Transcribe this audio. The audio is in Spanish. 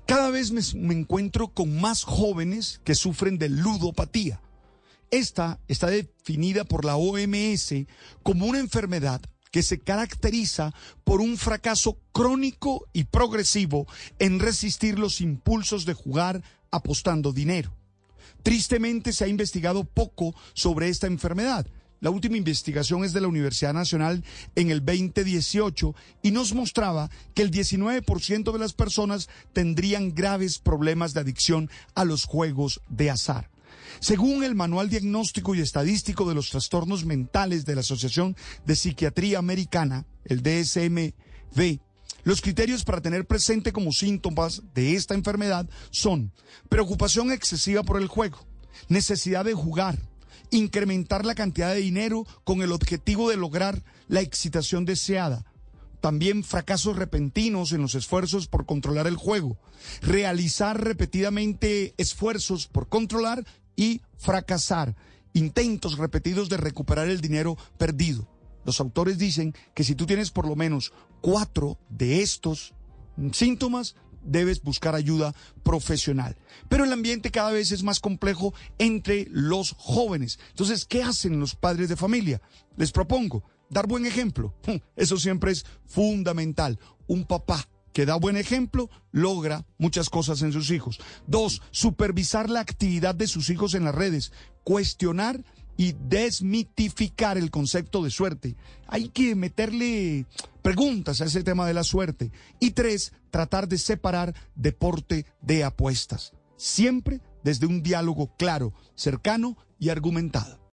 Cada vez me encuentro con más jóvenes que sufren de ludopatía. Esta está definida por la OMS como una enfermedad que se caracteriza por un fracaso crónico y progresivo en resistir los impulsos de jugar apostando dinero. Tristemente se ha investigado poco sobre esta enfermedad. La última investigación es de la Universidad Nacional en el 2018 y nos mostraba que el 19% de las personas tendrían graves problemas de adicción a los juegos de azar. Según el Manual Diagnóstico y Estadístico de los Trastornos Mentales de la Asociación de Psiquiatría Americana, el DSM-V, los criterios para tener presente como síntomas de esta enfermedad son preocupación excesiva por el juego, necesidad de jugar, incrementar la cantidad de dinero con el objetivo de lograr la excitación deseada, también fracasos repentinos en los esfuerzos por controlar el juego, realizar repetidamente esfuerzos por controlar y fracasar, intentos repetidos de recuperar el dinero perdido. Los autores dicen que si tú tienes por lo menos 4 de estos síntomas, debes buscar ayuda profesional. Pero el ambiente cada vez es más complejo entre los jóvenes. Entonces, ¿qué hacen los padres de familia? Les propongo dar buen ejemplo. Eso siempre es fundamental. Un papá que da buen ejemplo logra muchas cosas en sus hijos. 2, supervisar la actividad de sus hijos en las redes. Cuestionar y desmitificar el concepto de suerte. Hay que meterle preguntas a ese tema de la suerte. Y 3, tratar de separar deporte de apuestas. Siempre desde un diálogo claro, cercano y argumentado.